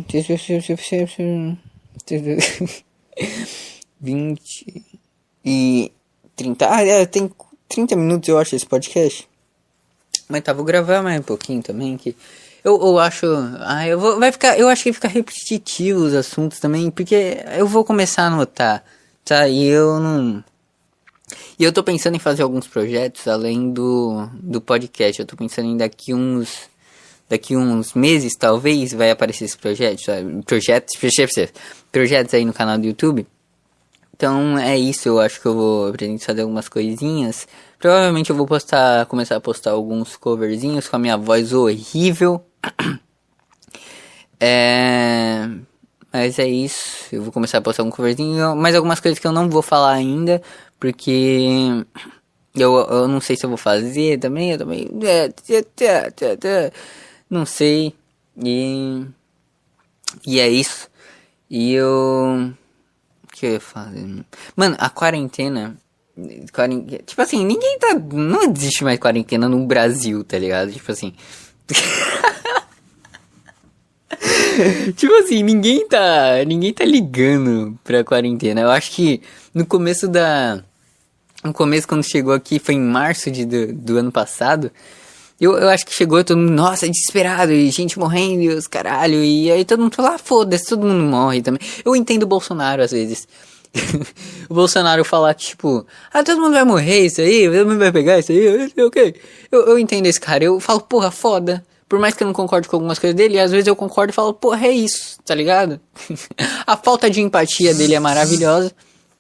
vinte... e... trinta... Ah, é, tem trinta minutos eu acho esse podcast. Mas tá, vou gravar mais um pouquinho também, que... Eu, eu acho... Ah, eu vou... Vai ficar... Eu acho que fica repetitivo os assuntos também, porque eu vou começar a anotar, tá? E eu não... E eu tô pensando em fazer alguns projetos além do, do podcast. Eu tô pensando em daqui uns... Daqui uns meses, talvez, vai aparecer esse projeto, sabe? Projetos... Projetos aí no canal do YouTube. Então é isso, eu acho que eu vou aprender a fazer algumas coisinhas. Provavelmente eu vou postar, começar a postar alguns coverzinhos com a minha voz horrível. É... Mas é isso, eu vou começar a postar um coverzinho, mas algumas coisas que eu não vou falar ainda, porque eu, eu não sei se eu vou fazer também, eu também... Não sei, e... E é isso, e eu... O que eu ia fazer? Mano, a quarentena, quarentena... Tipo assim, ninguém tá... Não existe mais quarentena no Brasil, tá ligado? Tipo assim... Tipo assim, ninguém tá... Ninguém tá ligando pra quarentena. Eu acho que no começo da... No começo, quando chegou aqui, foi em março de, do, do ano passado... Eu, eu acho que chegou todo mundo, nossa, desesperado, e gente morrendo, e os caralho, e aí todo mundo falou, ah, foda-se, todo mundo morre também. Eu entendo o Bolsonaro, às vezes. O Bolsonaro falar, tipo, ah, todo mundo vai morrer, isso aí, todo mundo vai pegar isso aí, ok. Eu, eu entendo esse cara, eu falo, porra, foda. Por mais que eu não concorde com algumas coisas dele, às vezes eu concordo e falo, porra, é isso, tá ligado? A falta de empatia dele é maravilhosa.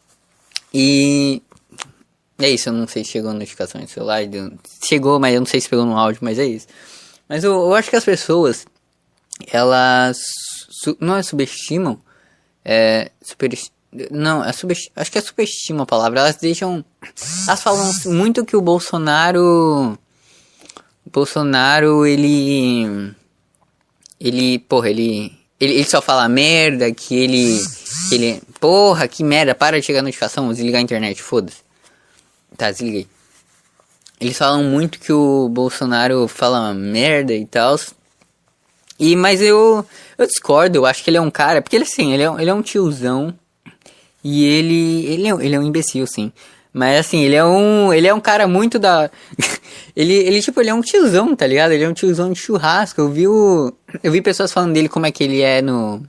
E... É isso, eu não sei se chegou a notificação no celular. Chegou, mas eu não sei se pegou no áudio, mas é isso. Mas eu, eu acho que as pessoas, elas su, não é subestimam, é super, não, é subestimam, acho que é subestimam a palavra. Elas deixam, elas falam muito que o Bolsonaro, Bolsonaro, ele, ele, porra, ele, ele, ele só fala merda, que ele, que ele, porra, que merda, para de chegar a notificação, vou desligar a internet, foda-se. Tá, desliguei. Eles falam muito que o Bolsonaro fala merda e tal. E, mas eu, eu discordo, eu acho que ele é um cara... Porque ele, assim, ele é, ele é um tiozão. E ele, ele, é, ele é um imbecil, sim. Mas, assim, ele é um, ele é um cara muito da... ele, ele, tipo, ele é um tiozão, tá ligado? Ele é um tiozão de churrasco. Eu vi o... Eu vi pessoas falando dele como é que ele é no...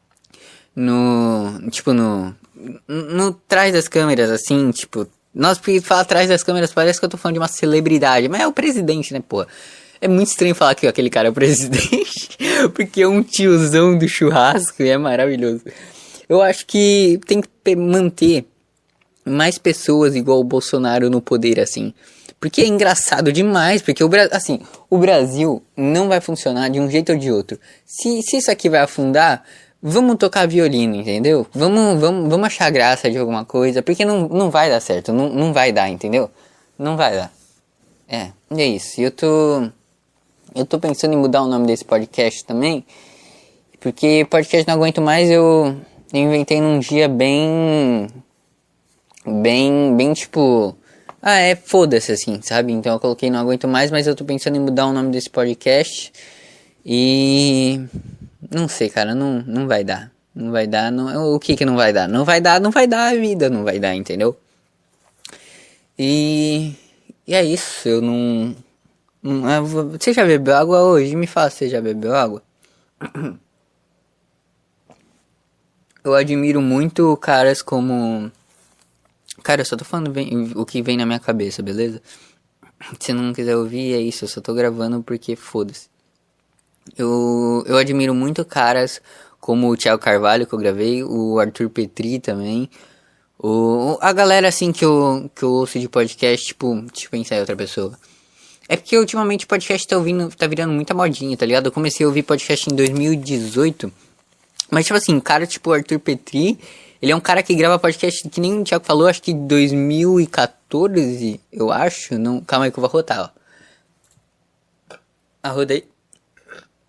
No... Tipo, no... No trás das câmeras, assim, tipo... Nossa, porque falar atrás das câmeras parece que eu tô falando de uma celebridade. Mas é o presidente, né, pô? É muito estranho falar que aquele cara é o presidente. Porque é um tiozão do churrasco e é maravilhoso. Eu acho que tem que manter mais pessoas igual o Bolsonaro no poder, assim. Porque é engraçado demais. Porque, o, assim, o Brasil não vai funcionar de um jeito ou de outro. Se, se isso aqui vai afundar... Vamos tocar violino, entendeu? Vamos, vamos, vamos achar graça de alguma coisa, porque não, não vai dar certo, não, não vai dar, entendeu? Não vai dar. É, é isso. E eu tô, eu tô pensando em mudar o nome desse podcast também, porque podcast não aguento mais, eu inventei num dia bem, bem, bem tipo, ah, é, foda-se assim, sabe? Então eu coloquei não aguento mais, mas eu tô pensando em mudar o nome desse podcast e... Não sei, cara, não, não vai dar. Não vai dar, não, o que que não vai dar? Não vai dar, não vai dar a vida, não vai dar, entendeu? E, e é isso, eu não... não você já bebeu água hoje? Me fala se você já bebeu água. Eu admiro muito caras como... Cara, eu só tô falando bem, o que vem na minha cabeça, beleza? Se não quiser ouvir, é isso, eu só tô gravando porque foda-se. Eu, eu admiro muito caras como o Thiago Carvalho, que eu gravei, o Arthur Petri também, o, a galera assim que eu, que eu ouço de podcast, tipo, deixa eu pensar em outra pessoa. É porque ultimamente podcast tá, ouvindo, tá virando muita modinha, tá ligado? Eu comecei a ouvir podcast em dois mil e dezoito, mas tipo assim, cara tipo o Arthur Petri, ele é um cara que grava podcast que nem o Thiago falou, acho que dois mil e quatorze, eu acho, não, calma aí que eu vou rotar, ó. Arroda aí.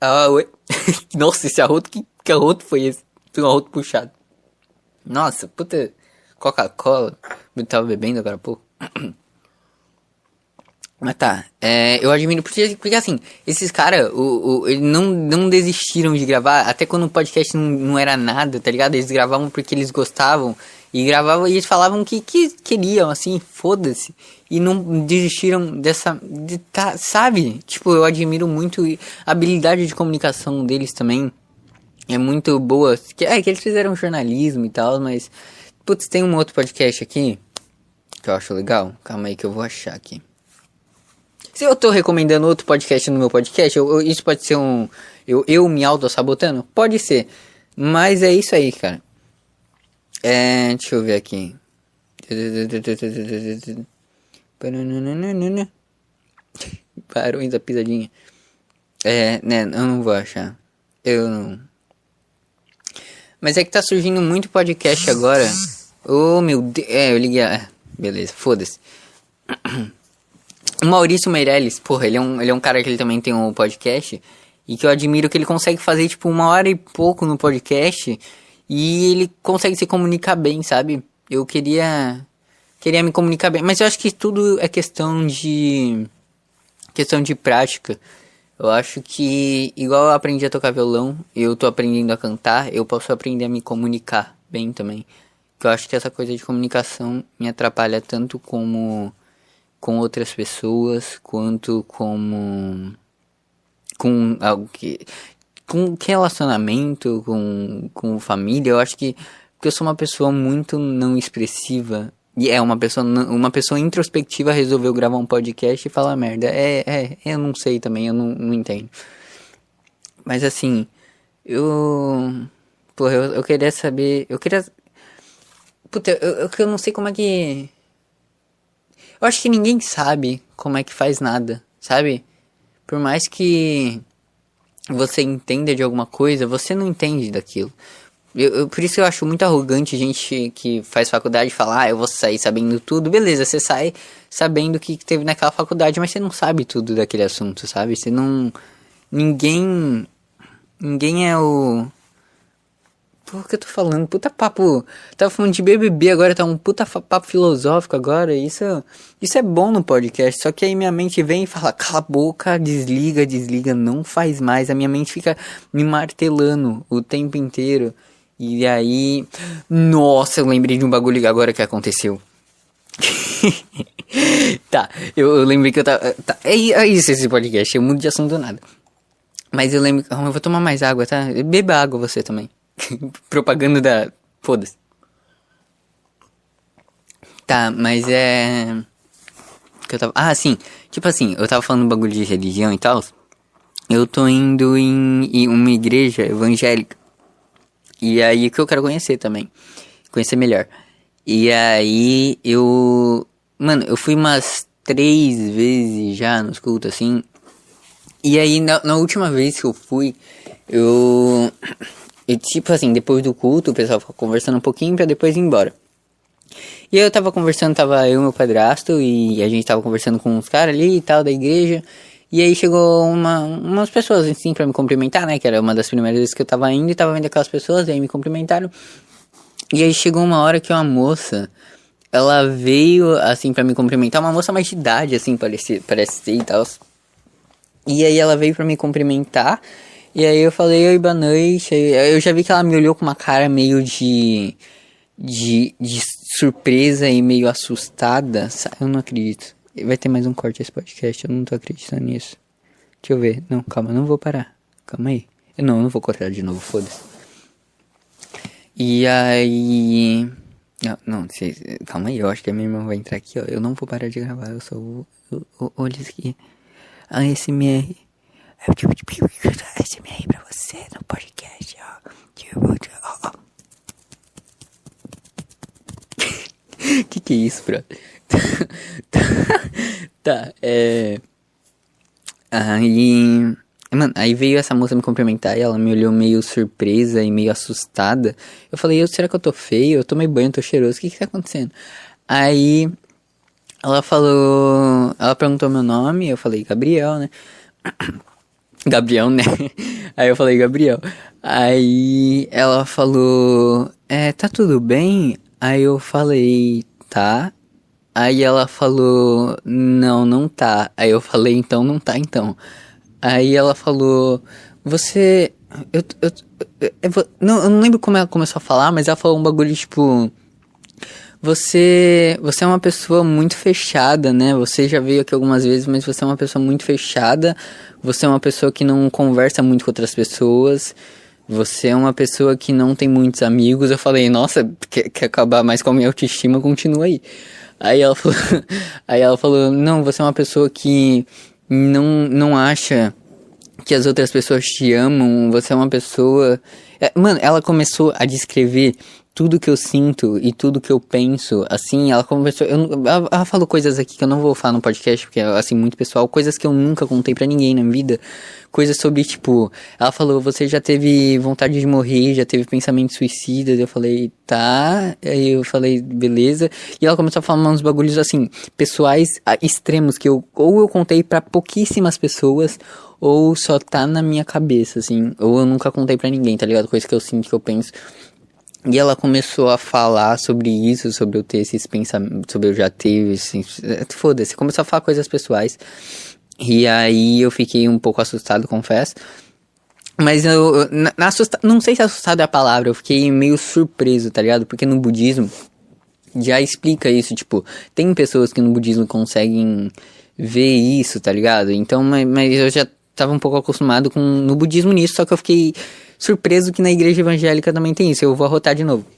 Ah, ué. Nossa, esse arroto, que, que arroto foi esse? Foi um arroto puxado. Nossa, puta Coca-Cola. Eu tava bebendo agora há pouco. Mas tá, é, eu admiro, porque, porque assim, esses caras, o, o, eles não, não desistiram de gravar, até quando o podcast não, não era nada, tá ligado? Eles gravavam porque eles gostavam, e gravavam, e eles falavam que, que queriam, assim, foda-se, e não desistiram dessa, de, tá, sabe? Tipo, eu admiro muito a habilidade de comunicação deles também, é muito boa, que, é que eles fizeram jornalismo e tal, mas, putz, tem um outro podcast aqui, que eu acho legal, calma aí que eu vou achar aqui. Se eu tô recomendando outro podcast no meu podcast, eu, eu, isso pode ser um... Eu, eu me auto-sabotando? Pode ser. Mas é isso aí, cara. É... Deixa eu ver aqui. Barões da pisadinha. É, né, eu não vou achar. Eu não... Mas é que tá surgindo muito podcast agora. Oh, meu Deus. É, eu liguei a... Beleza, foda-se. O Maurício Meirelles, porra, ele é, um, ele é um cara que ele também tem um podcast. E que eu admiro que ele consegue fazer, tipo, uma hora e pouco no podcast. E ele consegue se comunicar bem, sabe? Eu queria... Queria me comunicar bem. Mas eu acho que tudo é questão de... Questão de prática. Eu acho que, igual eu aprendi a tocar violão, eu tô aprendendo a cantar, eu posso aprender a me comunicar bem também. Que eu acho que essa coisa de comunicação me atrapalha tanto como... com outras pessoas, quanto como com algo que com relacionamento, com, com família. Eu acho que porque eu sou uma pessoa muito não expressiva, e é uma pessoa uma pessoa introspectiva resolveu gravar um podcast e falar merda. É, é, eu não sei também, eu não, não entendo. Mas assim, eu porra, eu, eu queria saber, eu queria puta, eu, eu, eu não sei como é que eu acho que ninguém sabe como é que faz nada, sabe? Por mais que você entenda de alguma coisa, você não entende daquilo. Eu, eu, por isso eu acho muito arrogante gente que faz faculdade falar, ah, eu vou sair sabendo tudo. Beleza, você sai sabendo o que teve naquela faculdade, mas você não sabe tudo daquele assunto, sabe? Você não... Ninguém... Ninguém é o... Por que eu tô falando? Puta papo... Tava falando de B B B, agora tá um puta papo filosófico agora. Isso, isso é bom no podcast. Só que aí minha mente vem e fala... Cala a boca, desliga, desliga. Não faz mais. A minha mente fica me martelando o tempo inteiro. E aí... Nossa, eu lembrei de um bagulho agora que aconteceu. Tá, eu, eu lembrei que eu tava... Tá, é, é isso esse podcast. Eu mudo de assunto do nada. Mas eu lembro... Oh, eu vou tomar mais água, tá? Beba água você também. Propaganda da... Foda-se. Tá, mas é... Que eu tava... Ah, sim. Tipo assim, eu tava falando um bagulho de religião e tal. Eu tô indo em, em uma igreja evangélica. E aí que eu quero conhecer também. Conhecer melhor. E aí eu... Mano, eu fui umas três vezes já nos cultos, assim. E aí na, na última vez que eu fui, eu... E tipo assim, depois do culto, o pessoal ficou conversando um pouquinho pra depois ir embora. E aí eu tava conversando, tava eu e meu padrasto, e a gente tava conversando com uns caras ali e tal, da igreja. E aí chegou uma, umas pessoas assim pra me cumprimentar, né, que era uma das primeiras vezes que eu tava indo, e tava vendo aquelas pessoas, e aí me cumprimentaram. E aí chegou uma hora que uma moça, ela veio assim pra me cumprimentar, uma moça mais de idade, assim, parece, parece ser e tal. E aí ela veio pra me cumprimentar. E aí eu falei, oi, boa noite. Eu já vi que ela me olhou com uma cara meio de... De, de surpresa e meio assustada. Eu não acredito. Vai ter mais um corte esse podcast, eu não tô acreditando nisso. Deixa eu ver. Não, calma, não vou parar. Calma aí. Não, eu não vou cortar de novo, foda-se. E aí... Não, não, cês, calma aí, eu acho que a minha irmã vai entrar aqui, ó. Eu não vou parar de gravar, eu só vou... Eu, eu, olha isso aqui. A S M R. A S M R pra você no podcast, ó. Ó, ó. Que que é isso, bro? Tá, é... Aí... Mano, aí veio essa moça me cumprimentar e ela me olhou meio surpresa e meio assustada. Eu falei, será que eu tô feio? Eu tomei banho, tô cheiroso, o que que tá acontecendo? Aí... Ela falou... Ela perguntou meu nome, eu falei Gabriel, né? Gabriel, né? Aí eu falei, Gabriel. Aí ela falou, é, tá tudo bem? Aí eu falei, tá. Aí ela falou, não, não tá. Aí eu falei, então não tá, então. Aí ela falou, você... Eu, eu, eu, eu, não, eu não lembro como ela começou a falar, mas ela falou um bagulho, tipo... Você, você é uma pessoa muito fechada, né? Você já veio aqui algumas vezes, mas você é uma pessoa muito fechada. Você é uma pessoa que não conversa muito com outras pessoas. Você é uma pessoa que não tem muitos amigos. Eu falei, nossa, quer, quer acabar mais com a minha autoestima? Continua aí. Aí ela falou, aí ela falou, não, você é uma pessoa que não, não acha que as outras pessoas te amam. Você é uma pessoa... É, mano, ela começou a descrever tudo que eu sinto e tudo que eu penso, assim, ela conversou, eu, ela, ela falou coisas aqui que eu não vou falar no podcast, porque é, assim, muito pessoal, coisas que eu nunca contei pra ninguém na vida, coisas sobre, tipo, ela falou, você já teve vontade de morrer, já teve pensamentos suicidas, eu falei, tá, aí eu falei, beleza, e ela começou a falar uns bagulhos, assim, pessoais extremos, que eu, ou eu contei pra pouquíssimas pessoas, ou só tá na minha cabeça, assim, ou eu nunca contei pra ninguém, tá ligado, coisa que eu sinto, que eu penso. E ela começou a falar sobre isso, sobre eu ter esses pensamentos, sobre eu já ter, assim, foda-se, começou a falar coisas pessoais. E aí eu fiquei um pouco assustado, confesso. Mas eu, na, na assusta, não sei se assustado é a palavra, eu fiquei meio surpreso, tá ligado? Porque no budismo já explica isso, tipo, tem pessoas que no budismo conseguem ver isso, tá ligado? Então, mas, mas eu já tava um pouco acostumado com no budismo nisso, só que eu fiquei surpreso que na igreja evangélica também tem isso. Eu vou arrotar de novo.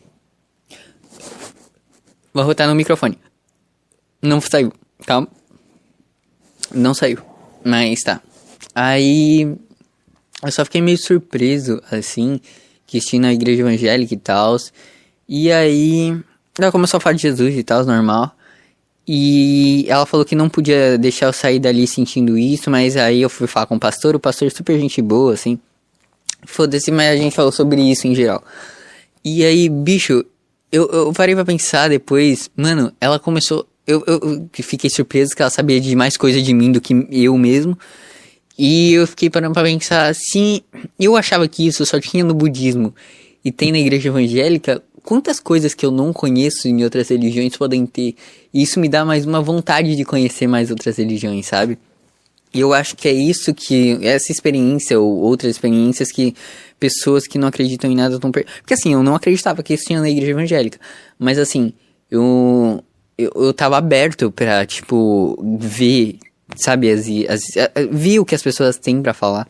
Vou arrotar no microfone. Não saiu. Calma. Não saiu. Mas tá. Aí eu só fiquei meio surpreso, assim, que estive na igreja evangélica e tal. E aí ela começou a falar de Jesus e tal, normal. E ela falou que não podia deixar eu sair dali sentindo isso, mas aí eu fui falar com o pastor, o pastor super gente boa, assim. Foda-se, mas a gente falou sobre isso em geral. E aí, bicho, eu, eu parei pra pensar depois, mano, ela começou... Eu, eu, eu fiquei surpreso que ela sabia de mais coisa de mim do que eu mesmo. E eu fiquei parando pra pensar, se eu achava que isso só tinha no budismo e tem na igreja evangélica, quantas coisas que eu não conheço em outras religiões podem ter? E isso me dá mais uma vontade de conhecer mais outras religiões, sabe? E eu acho que é isso que, essa experiência ou outras experiências que pessoas que não acreditam em nada estão perdendo. Porque assim, eu não acreditava que isso tinha na igreja evangélica. Mas assim, eu, eu, eu tava aberto pra, tipo, ver, sabe, as, as, as, ver o que as pessoas têm pra falar.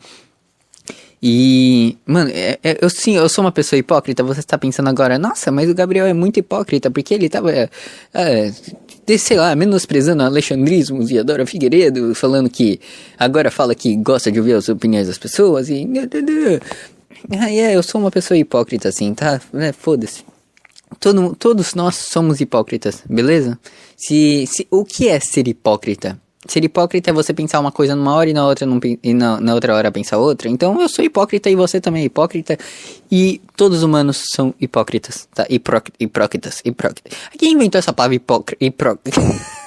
E, mano, é, é, eu sim, eu sou uma pessoa hipócrita. Você tá pensando agora, nossa, mas o Gabriel é muito hipócrita, porque ele tava, é, é, sei lá, menosprezando alexandrismos e Adora Figueiredo, falando que agora fala que gosta de ouvir as opiniões das pessoas e... Ah, é, eu sou uma pessoa hipócrita, assim, tá? É, foda-se. Todo, todos nós somos hipócritas, beleza? Se, se, o que é ser hipócrita? Ser hipócrita é você pensar uma coisa numa hora e na outra, não, e na, na outra hora pensar outra. Então eu sou hipócrita e você também é hipócrita. E todos os humanos são hipócritas, tá? Hipro, hipócritas, hipócritas. Quem inventou essa palavra hipócrita? Hipócrita.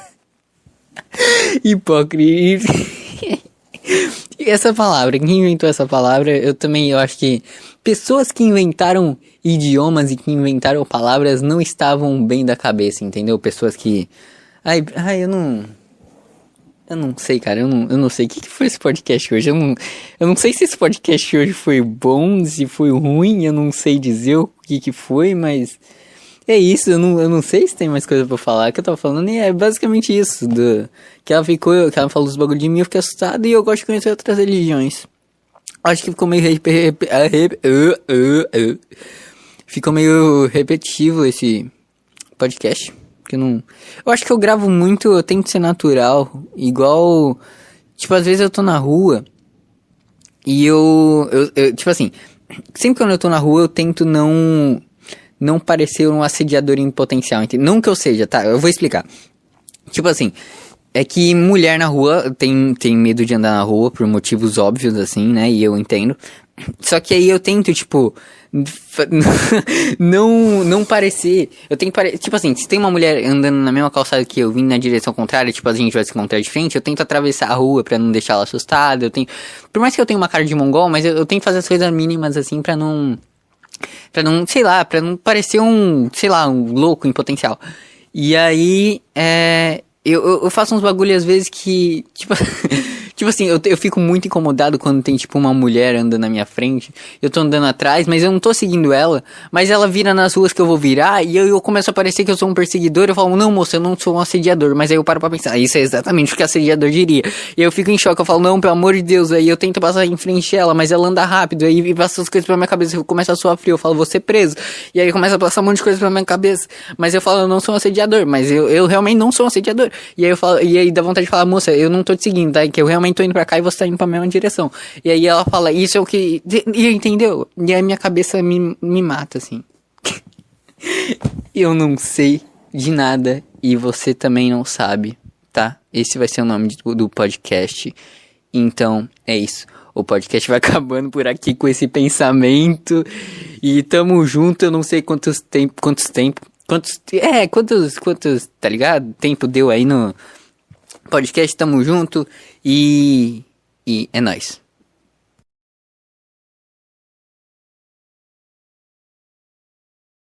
Hipócrita. E essa palavra, quem inventou essa palavra, eu também, eu acho que pessoas que inventaram idiomas e que inventaram palavras não estavam bem da cabeça, entendeu? Pessoas que... Ai, ai eu não... Eu não sei, cara, eu não, eu não sei. O que, que foi esse podcast hoje? Eu não, eu não sei se esse podcast hoje foi bom, se foi ruim, eu não sei dizer o que, que foi, mas... É isso, eu não, eu não sei se tem mais coisa pra falar. O que eu tava falando e é basicamente isso. Do, que ela ficou, que ela falou os bagulho de mim, eu fiquei assustado e eu gosto de conhecer outras religiões. Acho que ficou meio... Rep, rep, rep, uh, uh, uh. Ficou meio repetitivo esse podcast. Porque não... Eu acho que eu gravo muito, eu tento ser natural. Igual... Tipo, às vezes eu tô na rua e eu, eu, eu... Tipo assim... Sempre quando eu tô na rua eu tento não... Não parecer um assediador em potencial. Entende? Não que eu seja, tá? Eu vou explicar. Tipo assim... É que mulher na rua tem, tem medo de andar na rua por motivos óbvios, assim, né? E eu entendo. Só que aí eu tento, tipo... não, não parecer. Eu tenho que parecer. Tipo assim, se tem uma mulher andando na mesma calçada que eu, vindo na direção contrária, tipo, a gente vai se encontrar de frente, eu tento atravessar a rua pra não deixar ela assustada. Eu tenho. Por mais que eu tenha uma cara de mongol, mas eu, eu tenho que fazer as coisas mínimas assim pra não. Pra não, sei lá, pra não parecer um, sei lá, um louco em potencial. E aí, é. Eu, eu, eu faço uns bagulho às vezes que, tipo, tipo assim, eu, eu fico muito incomodado quando tem, tipo, uma mulher andando na minha frente. Eu tô andando atrás, mas eu não tô seguindo ela. Mas ela vira nas ruas que eu vou virar e eu, eu começo a parecer que eu sou um perseguidor. Eu falo, não, moça, eu não sou um assediador. Mas aí eu paro pra pensar, isso é exatamente o que assediador diria. E eu fico em choque, eu falo, não, pelo amor de Deus. Aí eu tento passar em frente a ela, mas ela anda rápido. Aí passa as coisas pra minha cabeça, eu começo a suar frio. Eu falo, vou ser preso. E aí começa a passar um monte de coisa pra minha cabeça. Mas eu falo, eu não sou um assediador. Mas eu, eu realmente não sou um assediador. E aí eu falo, e aí dá vontade de falar, moça, eu não tô te seguindo, tá? Que eu realmente tô indo pra cá e você tá indo pra mesma direção. E aí ela fala, isso é o que... E entendeu? E aí minha cabeça me, me mata, assim. Eu não sei de nada e você também não sabe, tá? Esse vai ser o nome do, do podcast. Então, é isso. O podcast vai acabando por aqui com esse pensamento. E tamo junto, eu não sei quantos tempos... Quantos tempos... Quantos... É, quantos... Quantos... Tá ligado? Tempo deu aí no... podcast, tamo junto e, e é nóis.